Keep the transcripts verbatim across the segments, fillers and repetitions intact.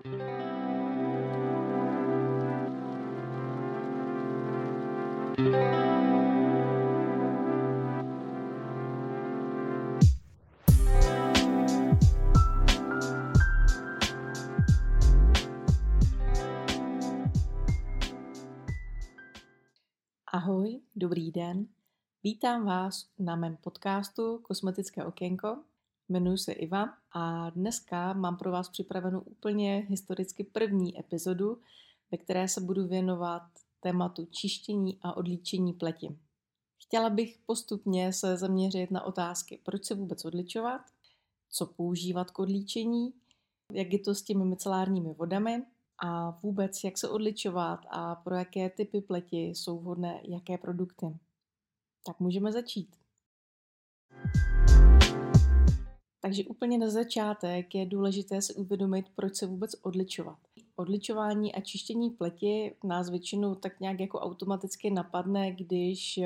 Ahoj, dobrý den. Vítám vás na mém podcastu Kosmetické okénko. Jmenuji se Iva a dneska mám pro vás připravenou úplně historicky první epizodu, ve které se budu věnovat tématu čištění a odlíčení pleti. Chtěla bych postupně se zaměřit na otázky, proč se vůbec odličovat, co používat k odlíčení, jak je to s těmi micelárními vodami a vůbec jak se odličovat a pro jaké typy pleti jsou vhodné jaké produkty. Tak můžeme začít. Takže úplně na začátek je důležité si uvědomit, proč se vůbec odličovat. Odličování a čištění pleti nás většinou tak nějak jako automaticky napadne, když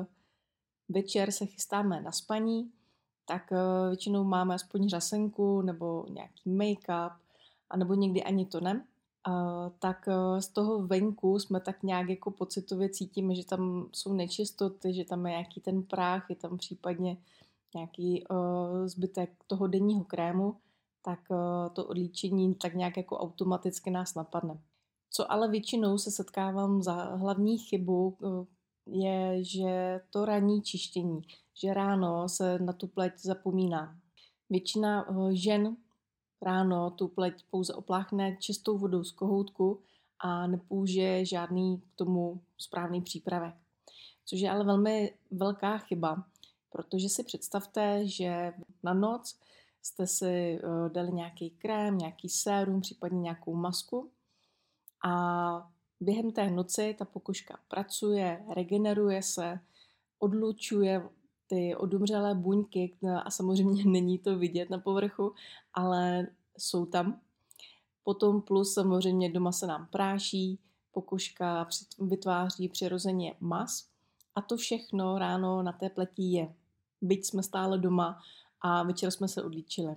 večer se chystáme na spaní, tak většinou máme aspoň řasenku nebo nějaký make-up, anebo někdy ani to ne. Uh, tak uh, z toho venku jsme tak nějak jako pocitově cítíme, že tam jsou nečistoty, že tam je nějaký ten prach, je tam případně nějaký uh, zbytek toho denního krému, tak uh, to odlíčení tak nějak jako automaticky nás napadne. Co ale většinou se setkávám za hlavní chybu, uh, je, že to ranní čištění, že ráno se na tu pleť zapomíná. Většina uh, žen ráno tu pleť pouze opláchne čistou vodou z kohoutku a nepoužije žádný k tomu správný přípravek. Což je ale velmi velká chyba, protože si představte, že na noc jste si dali nějaký krém, nějaký sérum, případně nějakou masku a během té noci ta pokožka pracuje, regeneruje se, odlučuje ty odumřelé buňky a samozřejmě není to vidět na povrchu, ale jsou tam. Potom plus samozřejmě doma se nám práší, pokožka vytváří přirozeně mas a to všechno ráno na té pleti je. Byť jsme stále doma a večer jsme se odlíčili.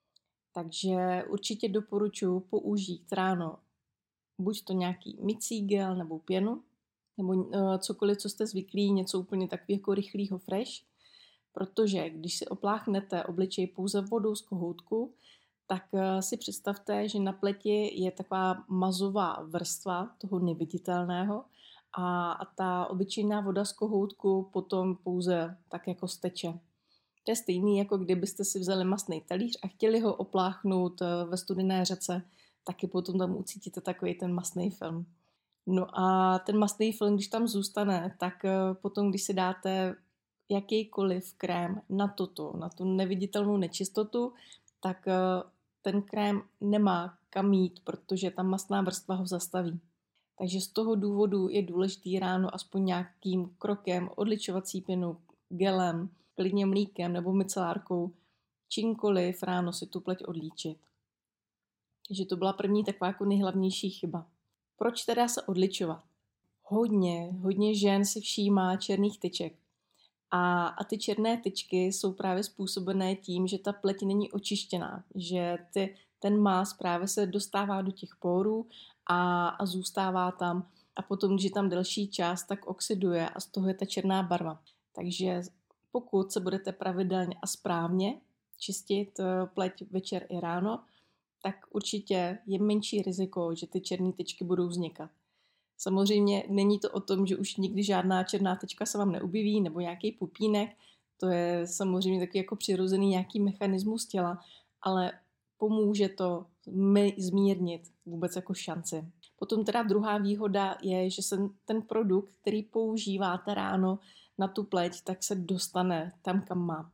Takže určitě doporučuji použít ráno buď to nějaký mycí gel nebo pěnu, nebo cokoliv, co jste zvyklí, něco úplně takového jako rychlého fresh, protože když si opláchnete obličej pouze vodou z kohoutku, tak si představte, že na pleti je taková mazová vrstva toho neviditelného a, a ta obyčejná voda z kohoutku potom pouze tak jako steče. To je stejný, jako kdybyste si vzali mastný talíř a chtěli ho opláchnout ve studené řece, taky potom tam ucítíte takový ten mastný film. No a ten mastný film, když tam zůstane, tak potom, když si dáte jakýkoliv krém na toto, na tu neviditelnou nečistotu, tak ten krém nemá kam jít, protože ta mastná vrstva ho zastaví. Takže z toho důvodu je důležitý ráno aspoň nějakým krokem, odličovací pěnou, gelem, klidně mlíkem nebo micelárkou, čímkoliv ráno si tu pleť odlíčit. Takže to byla první taková jako nejhlavnější chyba. Proč teda se odličovat? Hodně, hodně žen si všímá černých tyček. A, a ty černé tyčky jsou právě způsobené tím, že ta pleť není očištěná, že ty, ten más právě se dostává do těch pórů a, a zůstává tam a potom, když je tam delší čas, tak oxiduje a z toho je ta černá barva. Takže pokud se budete pravidelně a správně čistit pleť večer i ráno, tak určitě je menší riziko, že ty černé tyčky budou vznikat. Samozřejmě není to o tom, že už nikdy žádná černá tečka se vám neobjeví nebo nějaký pupínek, to je samozřejmě takový jako přirozený nějaký mechanismus těla, ale pomůže to zmírnit vůbec jako šanci. Potom teda druhá výhoda je, že se ten produkt, který používáte ráno na tu pleť, tak se dostane tam, kam má.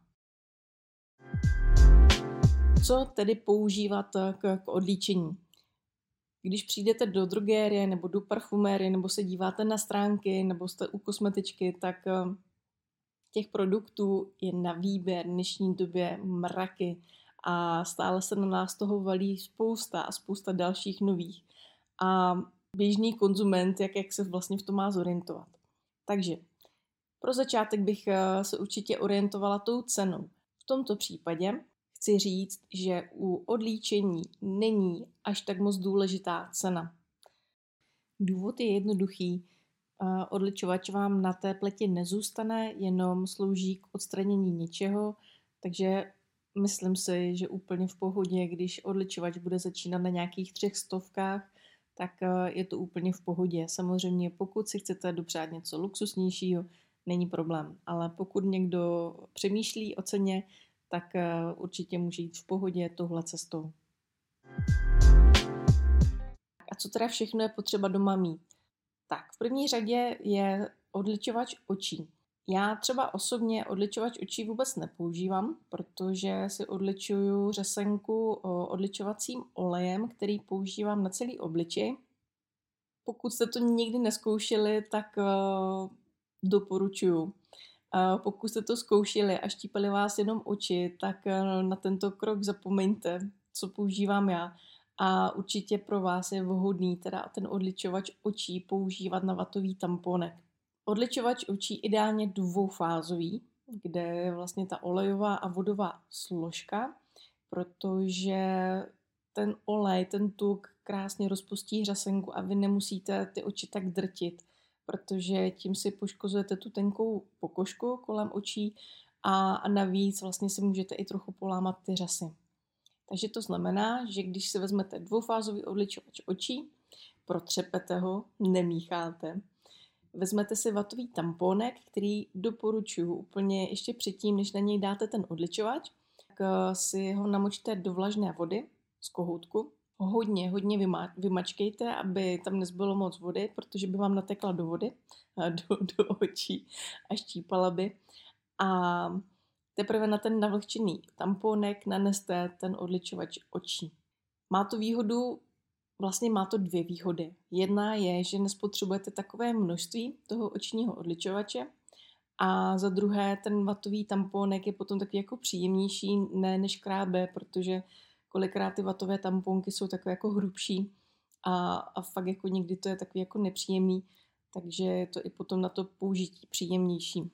Co tedy používat k, k odlíčení? Když přijdete do drogérie nebo do parfumérie nebo se díváte na stránky nebo jste u kosmetičky, tak těch produktů je na výběr v dnešní době mraky a stále se na nás toho valí spousta a spousta dalších nových. A běžný konzument, jak, jak se vlastně v tom má zorientovat. Takže pro začátek bych se určitě orientovala tou cenou. V tomto případě chci říct, že u odlíčení není až tak moc důležitá cena. Důvod je jednoduchý. Odličovač vám na té pleti nezůstane, jenom slouží k odstranění něčeho, takže myslím si, že úplně v pohodě, když odličovač bude začínat na nějakých třech stovkách, tak je to úplně v pohodě. Samozřejmě pokud si chcete dopřát něco luxusnějšího, není problém, ale pokud někdo přemýšlí o ceně, tak určitě může jít v pohodě touhle cestou. A co teda všechno je potřeba doma mít? Tak, v první řadě je odličovač očí. Já třeba osobně odličovač očí vůbec nepoužívám, protože si odličuju řasenku odličovacím olejem, který používám na celý obličej. Pokud jste to nikdy nezkoušeli, tak uh, doporučuju. Uh, pokud jste to zkoušeli a štípali vás jenom oči, tak uh, na tento krok zapomeňte, co používám já. A určitě pro vás je vhodný teda ten odličovač očí používat na vatový tamponek. Odličovač očí ideálně dvoufázový, kde je vlastně ta olejová a vodová složka, protože ten olej, ten tuk krásně rozpustí řasenku a vy nemusíte ty oči tak drtit, protože tím si poškozujete tu tenkou pokožku kolem očí a, a navíc vlastně si můžete i trochu polámat ty řasy. Takže to znamená, že když si vezmete dvoufázový odličovač očí, protřepete ho, nemícháte, vezmete si vatový tamponek, který doporučuji úplně ještě předtím, než na něj dáte ten odličovač, tak si ho namočte do vlažné vody z kohoutku. Hodně, hodně vyma- vymačkejte, aby tam nezbylo moc vody, protože by vám natekla do vody, do, do očí a štípala by. A teprve na ten navlhčený tamponek naneste ten odličovač očí. Má to výhodu, vlastně má to dvě výhody. Jedna je, že nespotřebujete takové množství toho očního odličovače a za druhé ten vatový tamponek je potom takový jako příjemnější, ne než krábe, protože kolikrát ty vatové tamponky jsou takové jako hrubší a, a fakt jako někdy to je takový jako nepříjemný, takže je to i potom na to použití příjemnější.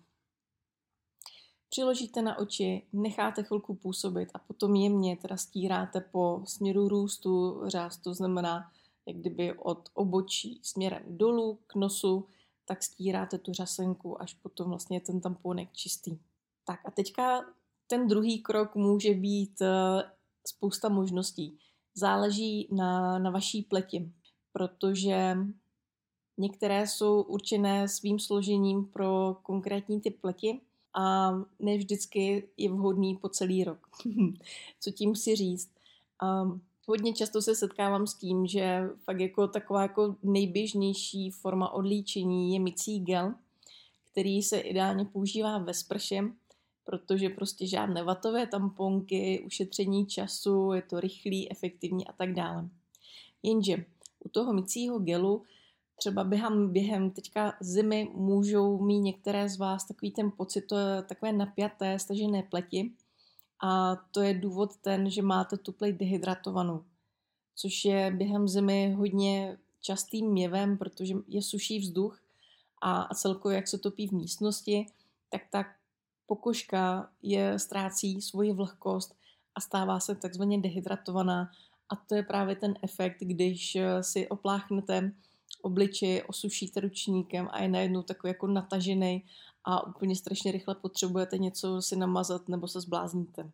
Přiložíte na oči, necháte chvilku působit a potom jemně teda stíráte po směru růstu řas, to znamená, jak kdyby od obočí směrem dolů k nosu, tak stíráte tu řasenku, až potom vlastně je ten tamponek čistý. Tak a teďka ten druhý krok může být spousta možností. Záleží na, na vaší pleti, protože některé jsou určené svým složením pro konkrétní typ pleti, a ne vždycky je vhodný po celý rok. Co tím chci říct? Um, hodně často se setkávám s tím, že fakt jako taková jako nejběžnější forma odlíčení je mycí gel, který se ideálně používá ve sprše, protože prostě žádné vatové tamponky, ušetření času, je to rychlý, efektivní a tak dále. Jenže u toho mycího gelu třeba během, během teďka zimy můžou mít některé z vás takový ten pocit, to je takové napjaté, stažené pleti a to je důvod ten, že máte tu pleť dehydratovanou, což je během zimy hodně častým jevem, protože je suší vzduch a, a celkově jak se topí v místnosti, tak ta pokožka je ztrácí svoji vlhkost a stává se takzvaně dehydratovaná a to je právě ten efekt, když si opláchnete obličej, osušíte ručníkem a je najednou takový jako natažený a úplně strašně rychle potřebujete něco si namazat nebo se zblázníte.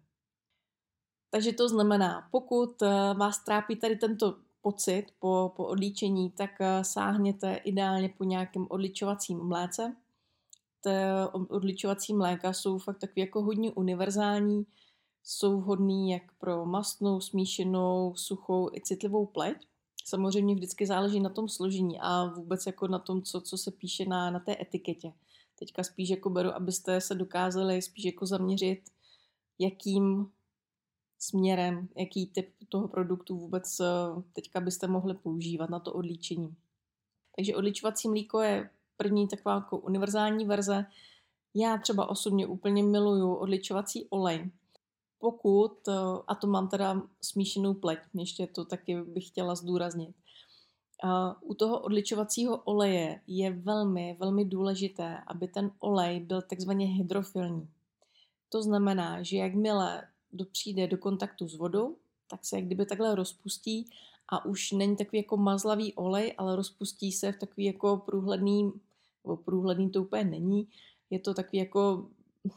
Takže to znamená, pokud vás trápí tady tento pocit po, po odlíčení, tak sáhněte ideálně po nějakém odličovacím mléce. Ty odličovací mléka jsou fakt takový jako hodně univerzální, jsou vhodný jak pro mastnou, smíšenou, suchou i citlivou pleť. Samozřejmě vždycky záleží na tom složení a vůbec jako na tom, co, co se píše na, na té etiketě. Teďka spíš jako beru, abyste se dokázali spíš jako zaměřit, jakým směrem, jaký typ toho produktu vůbec teďka byste mohli používat na to odlíčení. Takže odličovací mlíko je první taková jako univerzální verze. Já třeba osobně úplně miluju odličovací olej. Pokud, a to mám teda smíšenou pleť, ještě to taky bych chtěla zdůraznit, u toho odličovacího oleje je velmi, velmi důležité, aby ten olej byl takzvaně hydrofilní. To znamená, že jakmile do, přijde do kontaktu s vodou, tak se jak kdyby takhle rozpustí a už není takový jako mazlavý olej, ale rozpustí se v takový jako průhledný, nebo průhledný to úplně není, je to takový jako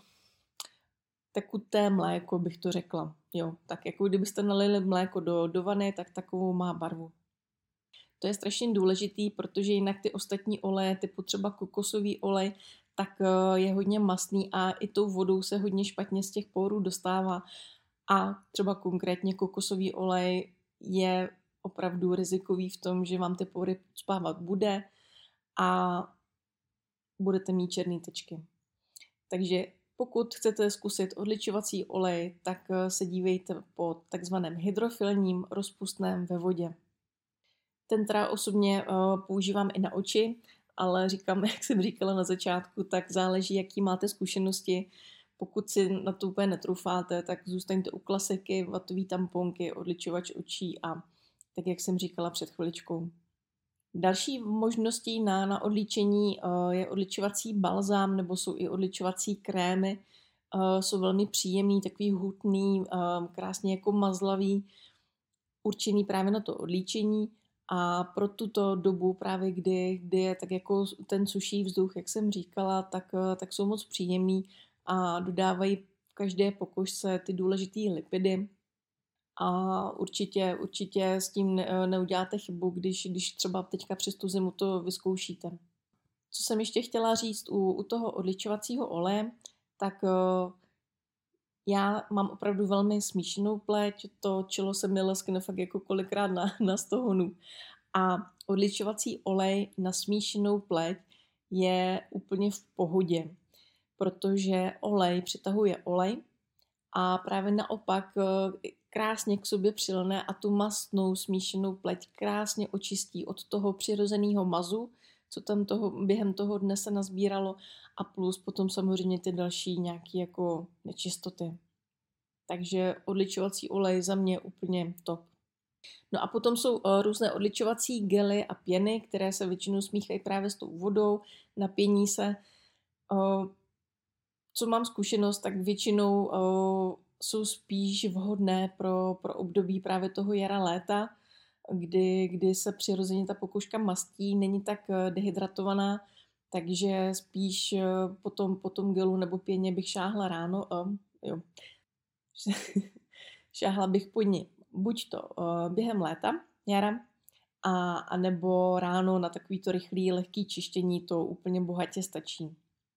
tekuté mléko, bych to řekla. Jo, tak jako kdybyste nalili mléko do, do vany, tak takovou má barvu. To je strašně důležitý, protože jinak ty ostatní oleje, typu třeba kokosový olej, tak je hodně mastný a i tou vodou se hodně špatně z těch pórů dostává. A třeba konkrétně kokosový olej je opravdu rizikový v tom, že vám ty pory spávat bude a budete mít černé tečky. Takže pokud chcete zkusit odličovací olej, tak se dívejte po takzvaném hydrofilním rozpustném ve vodě. Ten teda osobně uh, používám i na oči, ale říkám, jak jsem říkala na začátku, tak záleží, jaký máte zkušenosti. Pokud si na to úplně netrufáte, tak zůstaňte u klasiky, vatový tamponky, odličovač očí a tak, jak jsem říkala před chviličkou. Další možností na, na odličení uh, je odličovací balzám nebo jsou i odličovací krémy. Uh, jsou velmi příjemný, takový hutný, uh, krásně jako mazlavý, určený právě na to odlíčení. A pro tuto dobu právě, kdy, kdy je tak jako ten suší vzduch, jak jsem říkala, tak, tak jsou moc příjemný a dodávají v každé pokožce ty důležité lipidy. A určitě, určitě s tím neuděláte chybu, když, když třeba teďka přes tu zimu to vyzkoušíte. Co jsem ještě chtěla říct u, u toho odličovacího oleje, tak já mám opravdu velmi smíšenou pleť, to čelo se mi leskne fakt jako kolikrát na, na sto honů. A odličovací olej na smíšenou pleť je úplně v pohodě, protože olej přitahuje olej a právě naopak krásně k sobě přilne a tu mastnou smíšenou pleť krásně očistí od toho přirozeného mazu, co tam toho, během toho dne se nazbíralo a plus potom samozřejmě ty další nějaké jako nečistoty. Takže odličovací olej za mě úplně top. No a potom jsou uh, různé odličovací gely a pěny, které se většinou smíchají právě s tou vodou, napění se. Uh, co mám zkušenost, tak většinou uh, jsou spíš vhodné pro, pro období právě toho jara léta, kdy, kdy se přirozeně ta pokožka mastí, není tak dehydratovaná, takže spíš po tom, po tom gelu nebo pěně bych šáhla ráno. Uh, jo. Šáhla bych po ní buď to uh, během léta, jara, a, a nebo ráno na takovýto rychlý, lehký čištění, to úplně bohatě stačí.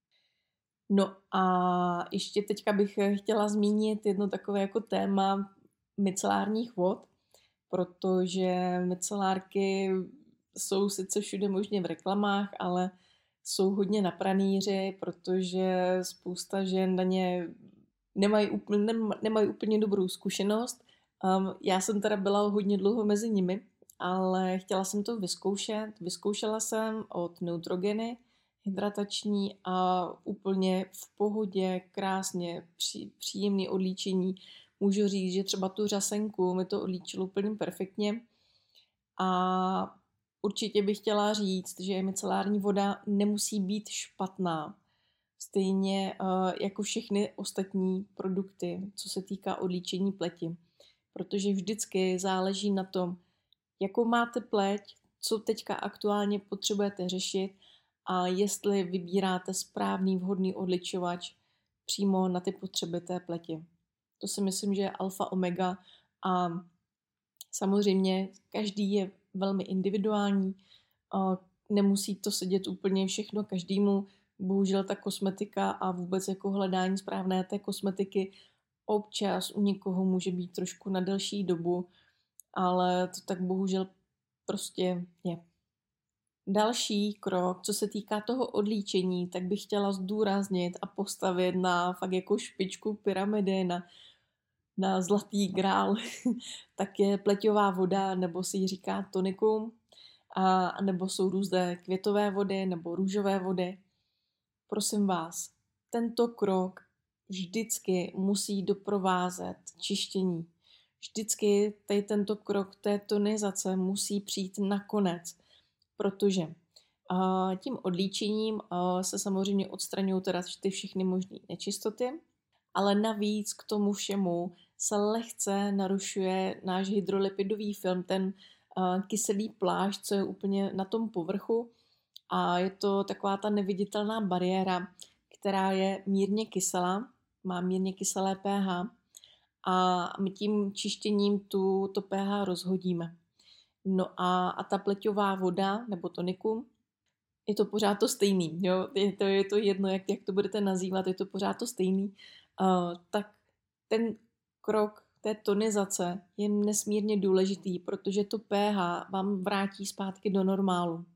No a ještě teďka bych chtěla zmínit jedno takové jako téma micelárních vod, protože micelárky jsou sice všude možně v reklamách, ale jsou hodně na pranýři, protože spousta žen na ně nemají úplně, nemají úplně dobrou zkušenost. Um, já jsem teda byla hodně dlouho mezi nimi, ale chtěla jsem to vyzkoušet. Vyzkoušela jsem od Neutrogeny, hydratační a úplně v pohodě, krásně, pří, příjemné odlíčení. Můžu říct, že třeba tu řasenku mi to odlíčilo úplně perfektně. A určitě bych chtěla říct, že micelární voda nemusí být špatná. Stejně uh, jako všechny ostatní produkty, co se týká odlíčení pleti. Protože vždycky záleží na tom, jakou máte pleť, co teďka aktuálně potřebujete řešit a jestli vybíráte správný vhodný odličovač přímo na ty potřeby té pleti. To si myslím, že je alfa omega a samozřejmě každý je velmi individuální, nemusí to sedět úplně všechno každému. Bohužel ta kosmetika a vůbec jako hledání správné té kosmetiky občas u někoho může být trošku na delší dobu, ale to tak bohužel prostě je. Další krok, co se týká toho odlíčení, tak bych chtěla zdůraznit a postavit na fakt jako špičku pyramidy, na, na zlatý grál, tak je pleťová voda, nebo si ji říká tonikum, a nebo jsou různé květové vody nebo růžové vody. Prosím vás, tento krok vždycky musí doprovázet čištění. Vždycky tady tento krok té tonizace musí přijít nakonec, protože uh, tím odlíčením uh, se samozřejmě odstraňují teda ty všechny možné nečistoty ale navíc k tomu všemu se lehce narušuje náš hydrolipidový film, ten uh, kyselý plášť, co je úplně na tom povrchu, a je to taková ta neviditelná bariéra, která je mírně kyselá, má mírně kyselé pH a my tím čištěním tu, to pH rozhodíme. No a, a ta pleťová voda nebo tonikum, je to pořád to stejný, jo? Je, to, je to jedno, jak, jak to budete nazývat, je to pořád to stejný. Uh, tak ten krok té tonizace je nesmírně důležitý, protože to pH vám vrátí zpátky do normálu.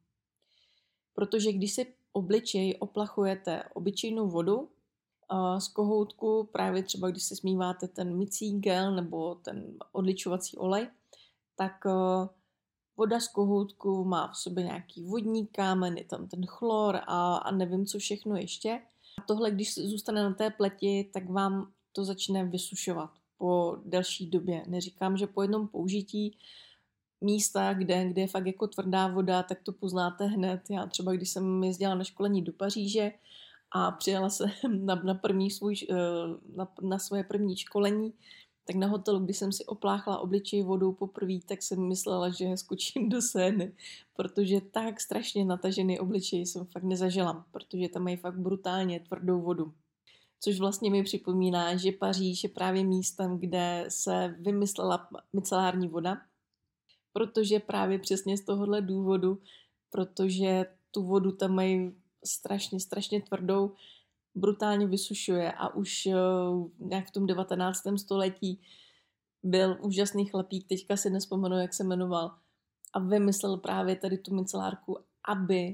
Protože když si obličej oplachujete obyčejnou vodu uh, z kohoutku, právě třeba když si smíváte ten mycí gel nebo ten odličovací olej, tak uh, voda z kohoutku má v sobě nějaký vodní kámen, je tam ten chlor a, a nevím, co všechno ještě. A tohle, když zůstane na té pleti, tak vám to začne vysušovat po delší době. Neříkám, že po jednom použití místa, kde, kde je fakt jako tvrdá voda, tak to poznáte hned. Já třeba, když jsem jezdila na školení do Paříže a přijela jsem na, na, první svůj, na, na svoje první školení, tak na hotelu, když jsem si opláchla obličej vodou poprvé, tak jsem myslela, že skočím do Seiny, protože tak strašně natažený obličej jsem fakt nezažila, protože tam mají fakt brutálně tvrdou vodu. Což vlastně mi připomíná, že Paříž je právě místem, kde se vymyslela micelární voda, protože právě přesně z tohohle důvodu, protože tu vodu tam mají strašně, strašně tvrdou, brutálně vysušuje a už uh, nějak v tom devatenáctém století byl úžasný chlapík, teďka si nespomenu, jak se jmenoval, a vymyslel právě tady tu micelárku, aby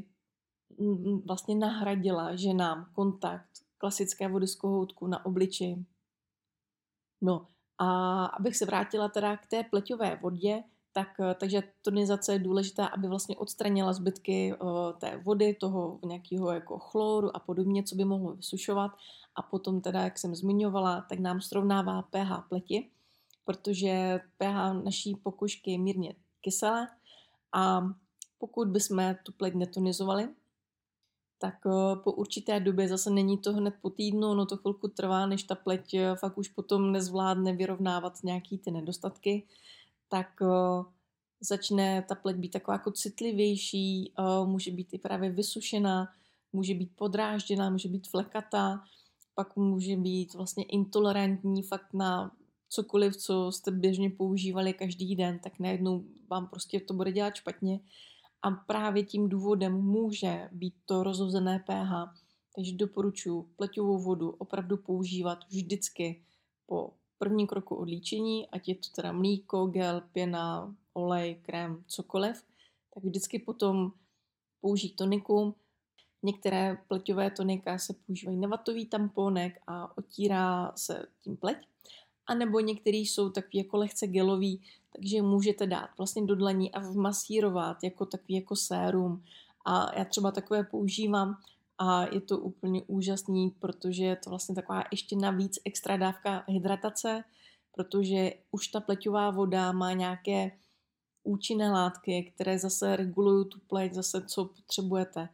vlastně nahradila ženám kontakt klasické vody z kohoutku na obličeji. No a abych se vrátila teda k té pleťové vodě, tak, takže tonizace je důležitá, aby vlastně odstranila zbytky uh, té vody, toho nějakého jako chloru a podobně, co by mohlo vysušovat. A potom teda, jak jsem zmiňovala, tak nám srovnává pH pleti, protože pH naší pokožky je mírně kyselé a pokud bychom tu pleť netonizovali, tak uh, po určité době, zase není to hned po týdnu, no to chvilku trvá, než ta pleť fakt už potom nezvládne vyrovnávat nějaký ty nedostatky, tak uh, začne ta pleť být taková jako citlivější, uh, může být i právě vysušená, může být podrážděná, může být flekatá, pak může být vlastně intolerantní fakt na cokoliv, co jste běžně používali každý den, tak najednou vám prostě to bude dělat špatně. A právě tím důvodem může být to rozhozené pH. Takže doporučuji pleťovou vodu opravdu používat vždycky po prvním kroku od líčení, ať je to teda mlíko, gel, pěna, olej, krém, cokoliv, tak vždycky potom použít tonikum. Některé pleťové tonika se používají na vatový tamponek a otírá se tím pleť. A nebo některý jsou takový jako lehce gelový, takže můžete dát vlastně do dlaní a vmasírovat jako takový jako sérum. A já třeba takové používám a je to úplně úžasný, protože je to vlastně taková ještě navíc extra dávka hydratace, protože už ta pleťová voda má nějaké účinné látky, které zase regulují tu pleť, zase co potřebujete.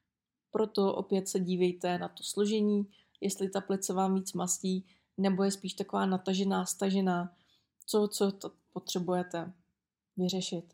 Proto opět se dívejte na to složení, jestli ta pleť se vám víc mastí, nebo je spíš taková natažená, stažená, co, co to potřebujete vyřešit.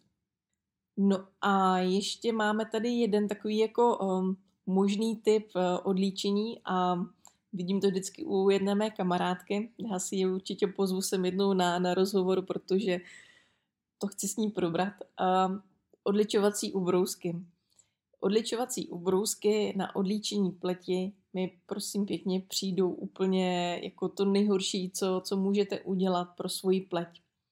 No a ještě máme tady jeden takový jako um, možný typ uh, odlíčení a vidím to vždycky u jedné mé kamarádky. Já si ji určitě pozvu sem jednou na, na rozhovor, protože to chci s ní probrat. Uh, odličovací ubrousky. Odličovací ubrousky na odlíčení pleti mi prosím pěkně přijdou úplně jako to nejhorší, co, co můžete udělat pro svoji pleť.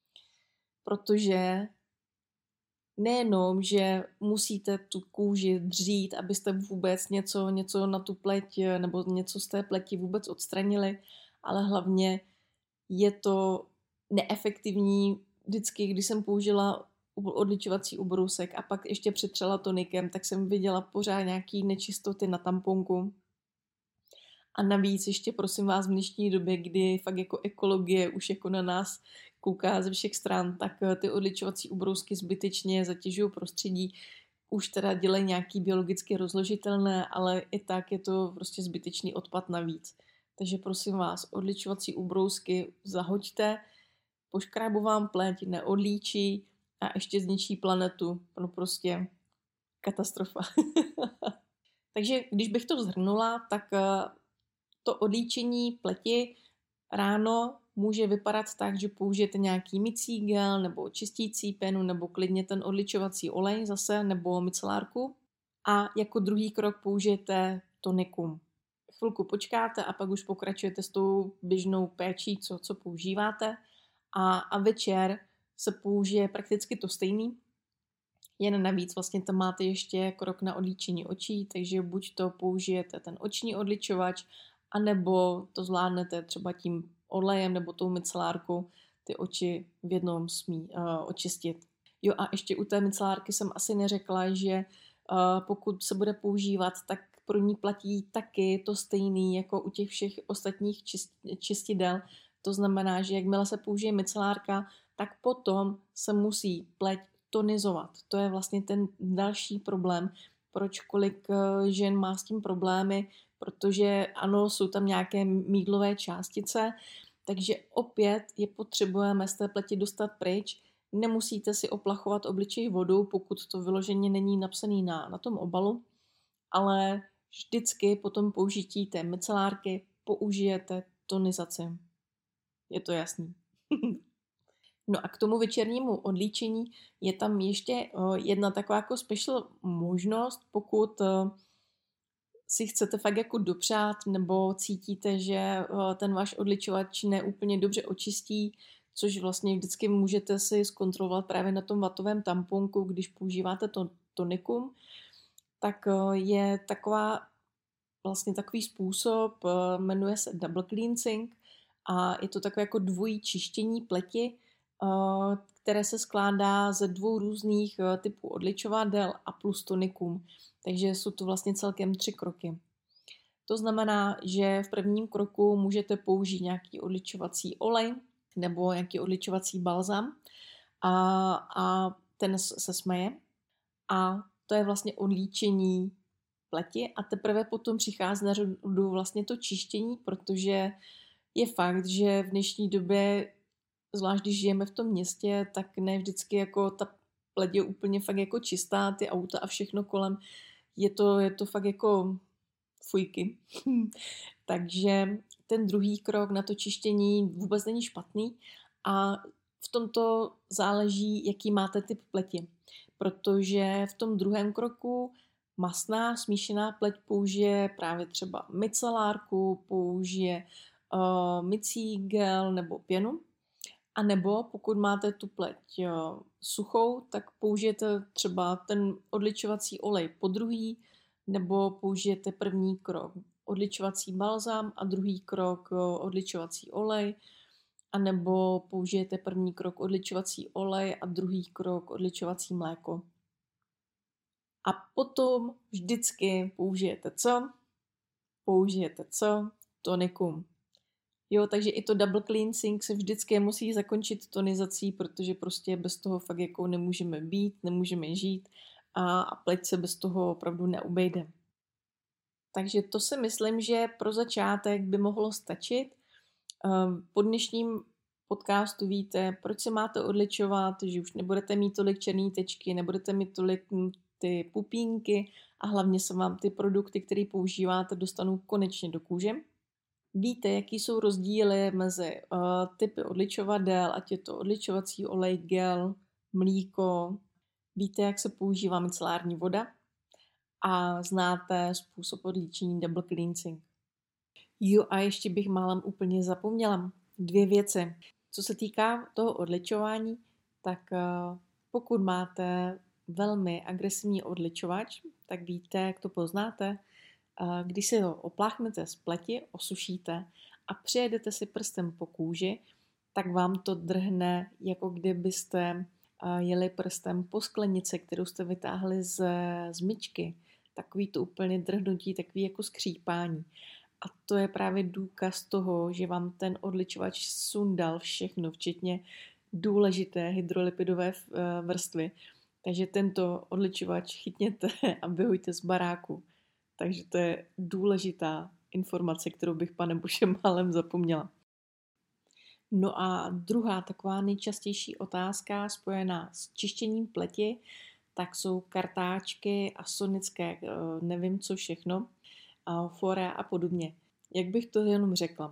Protože nejenom, že musíte tu kůži dřít, abyste vůbec něco, něco na tu pleť nebo něco z té pleti vůbec odstranili, ale hlavně je to neefektivní. Vždycky, když jsem použila odličovací ubrousek a pak ještě přetřela tonikem, tak jsem viděla pořád nějaký nečistoty na tamponku. A navíc ještě prosím vás v dnešní době, kdy fakt jako ekologie už jako na nás kouká ze všech stran, tak ty odličovací ubrousky zbytečně zatěžují prostředí. Už teda dělají nějaký biologicky rozložitelné, ale i tak je to prostě zbytečný odpad navíc. Takže prosím vás, odličovací ubrousky zahoďte, poškrábu vám pleť, neodlíčí a ještě zničí planetu. No prostě katastrofa. Takže když bych to shrnula, tak to odlíčení pleti ráno může vypadat tak, že použijete nějaký mycí gel nebo čistící penu nebo klidně ten odličovací olej zase nebo micelárku a jako druhý krok použijete tonikum. Chvilku počkáte a pak už pokračujete s tou běžnou péčí, co, co používáte a, a večer se použije prakticky to stejný. Jen navíc vlastně tam máte ještě krok na odlíčení očí, takže buď to použijete ten oční odličovač, anebo to zvládnete třeba tím olejem nebo tou micelárkou ty oči v jednom smí uh, očistit. Jo a ještě u té micelárky jsem asi neřekla, že uh, pokud se bude používat, tak pro ní platí taky to stejný jako u těch všech ostatních čist, čistidel. To znamená, že jakmile se použije micelárka, tak potom se musí pleť tonizovat. To je vlastně ten další problém, proč kolik žen má s tím problémy, protože ano, jsou tam nějaké mýdlové částice, takže opět je potřebujeme z té pleti dostat pryč. Nemusíte si oplachovat obličej vodou, pokud to vyloženě není napsané na, na tom obalu, ale vždycky po tom použití té micelárky použijete tonizaci. Je to jasný. No a k tomu večernímu odlíčení je tam ještě jedna taková jako special možnost, pokud si chcete fakt jako dopřát nebo cítíte, že ten váš odličovač neúplně dobře očistí, což vlastně vždycky můžete si zkontrolovat právě na tom vatovém tamponku, když používáte to tonikum, tak je taková vlastně takový způsob, jmenuje se double cleansing a je to takové jako dvojí čištění pleti, které se skládá ze dvou různých typů odličovadel a plus tonikum. Takže jsou to vlastně celkem tři kroky. To znamená, že v prvním kroku můžete použít nějaký odličovací olej nebo nějaký odličovací balzam a, a ten se smeje. A to je vlastně odlíčení pleti a teprve potom přichází na řadu vlastně to čištění, protože je fakt, že v dnešní době, zvlášť když žijeme v tom městě, tak ne vždycky jako ta pleť je úplně fakt jako čistá, ty auta a všechno kolem, je to, je to fakt jako fujky. Takže ten druhý krok na to čištění vůbec není špatný a v tomto záleží, jaký máte typ pleti. Protože v tom druhém kroku masná smíšená pleť použije právě třeba micelárku, použije uh, mycí gel nebo pěnu. A nebo pokud máte tu pleť uh, suchou, tak použijete třeba ten odličovací olej po druhý, nebo použijete první krok odličovací balzám a druhý krok uh, odličovací olej, a nebo použijete první krok odličovací olej a druhý krok odličovací mléko. A potom vždycky použijete co? Použijete co? Tonikum. Jo, takže i to double cleansing se vždycky musí zakončit tonizací, protože prostě bez toho fakt jako nemůžeme být, nemůžeme žít a, a pleť se bez toho opravdu neobejde. Takže to si myslím, že pro začátek by mohlo stačit. Po dnešním podcastu víte, proč se máte odličovat, že už nebudete mít tolik černé tečky, nebudete mít tolik ty pupínky a hlavně se vám ty produkty, které používáte, dostanou konečně do kůže. Víte, jaký jsou rozdíly mezi uh, typy odličovadel, ať je to odličovací olej, gel, mlíko. Víte, jak se používá micelární voda a znáte způsob odlíčení double cleansing. Jo, a ještě bych málem úplně zapomněla dvě věci. Co se týká toho odličování, tak uh, pokud máte velmi agresivní odličovač, tak víte, jak to poznáte. Když si ho opláchnete z pleti, osušíte a přijedete si prstem po kůži, tak vám to drhne, jako kdybyste jeli prstem po sklenici, kterou jste vytáhli z, z myčky. Takový to úplně drhnutí, takový jako skřípání. A to je právě důkaz toho, že vám ten odličovač sundal všechno, včetně důležité hydrolipidové vrstvy. Takže tento odličovač chytněte a vyhojte z baráku. Takže to je důležitá informace, kterou bych panem bože málem zapomněla. No a druhá taková nejčastější otázka spojená s čištěním pleti, tak jsou kartáčky a sonické, nevím co všechno, fora a podobně. Jak bych to jenom řekla?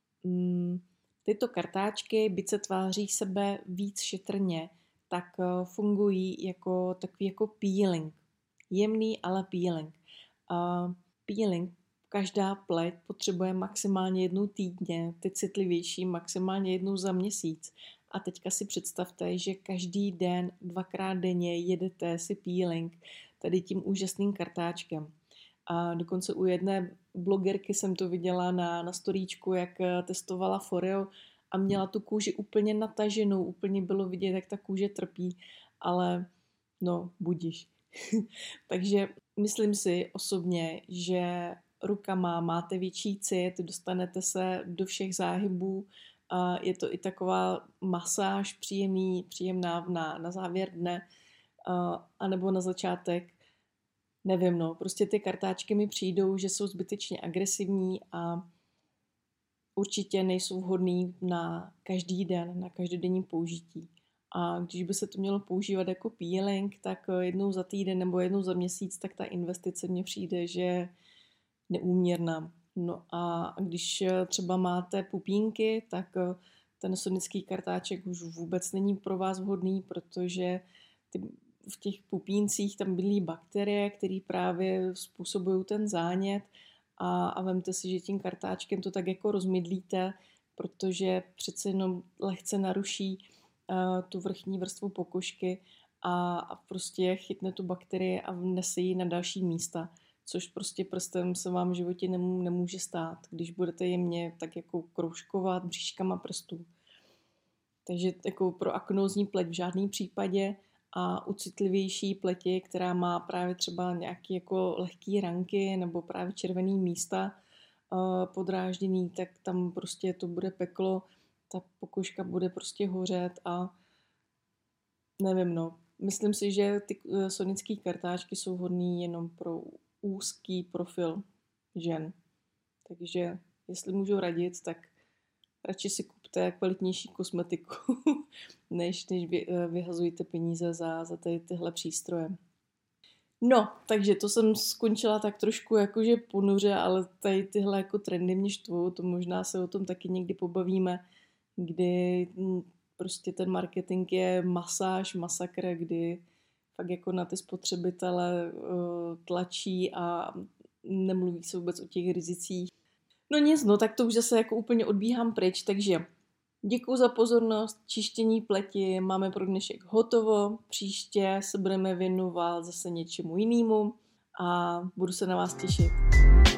Tyto kartáčky, byť se tváří sebe víc šetrně, tak fungují jako takový jako peeling. Jemný, ale peeling. Peeling každá pleť potřebuje maximálně jednou týdně, ty citlivější maximálně jednou za měsíc. A teďka si představte, že každý den, dvakrát denně jedete si peeling tady tím úžasným kartáčkem. A dokonce u jedné blogerky jsem to viděla na, na storíčku, jak testovala Foreo a měla tu kůži úplně nataženou, úplně bylo vidět, jak ta kůže trpí, ale no, budiš. Takže myslím si osobně, že rukama máte větší cit, dostanete se do všech záhybů, je to i taková masáž příjemný, příjemná na, na závěr dne, anebo na začátek. Nevím, no, prostě ty kartáčky mi přijdou, že jsou zbytečně agresivní a určitě nejsou vhodný na každý den, na každodenní použití. A když by se to mělo používat jako peeling, tak jednou za týden nebo jednou za měsíc, tak ta investice mně přijde, že je neúměrná. No a když třeba máte pupínky, tak ten sonický kartáček už vůbec není pro vás vhodný, protože ty, v těch pupíncích tam bylí bakterie, které právě způsobují ten zánět a, a vemte si, že tím kartáčkem to tak jako rozmydlíte, protože přece jenom lehce naruší uh, tu vrchní vrstvu pokožky a, a prostě chytne tu bakterii a vnese ji na další místa, což prostě prstem se vám v životě nemů, nemůže stát, když budete jemně tak jako kroužkovat bříškama prstů. Takže jako pro aknózní pleť v žádném případě a u citlivější pleti, která má právě třeba nějaké jako lehké ranky nebo právě červený místa uh, podrážděný, tak tam prostě to bude peklo, ta pokožka bude prostě hořet a nevím, no. Myslím si, že ty uh, sonické kartáčky jsou vhodný jenom pro úzký profil žen. Takže jestli můžu radit, tak radši si kupte kvalitnější kosmetiku, než, než vy, vyhazujte peníze za, za tady tyhle přístroje. No, takže to jsem skončila tak trošku jakože ponuře, ale tady tyhle jako trendy mě štvou, to možná se o tom taky někdy pobavíme, kdy prostě ten marketing je masáž, masakr, kdy fakt jako na ty spotřebitele uh, tlačí a nemluví se vůbec o těch rizicích. No nic, no tak to už zase jako úplně odbíhám pryč, takže děkuju za pozornost, čištění pleti, máme pro dnešek hotovo, příště se budeme věnovat zase něčemu jinému a budu se na vás těšit.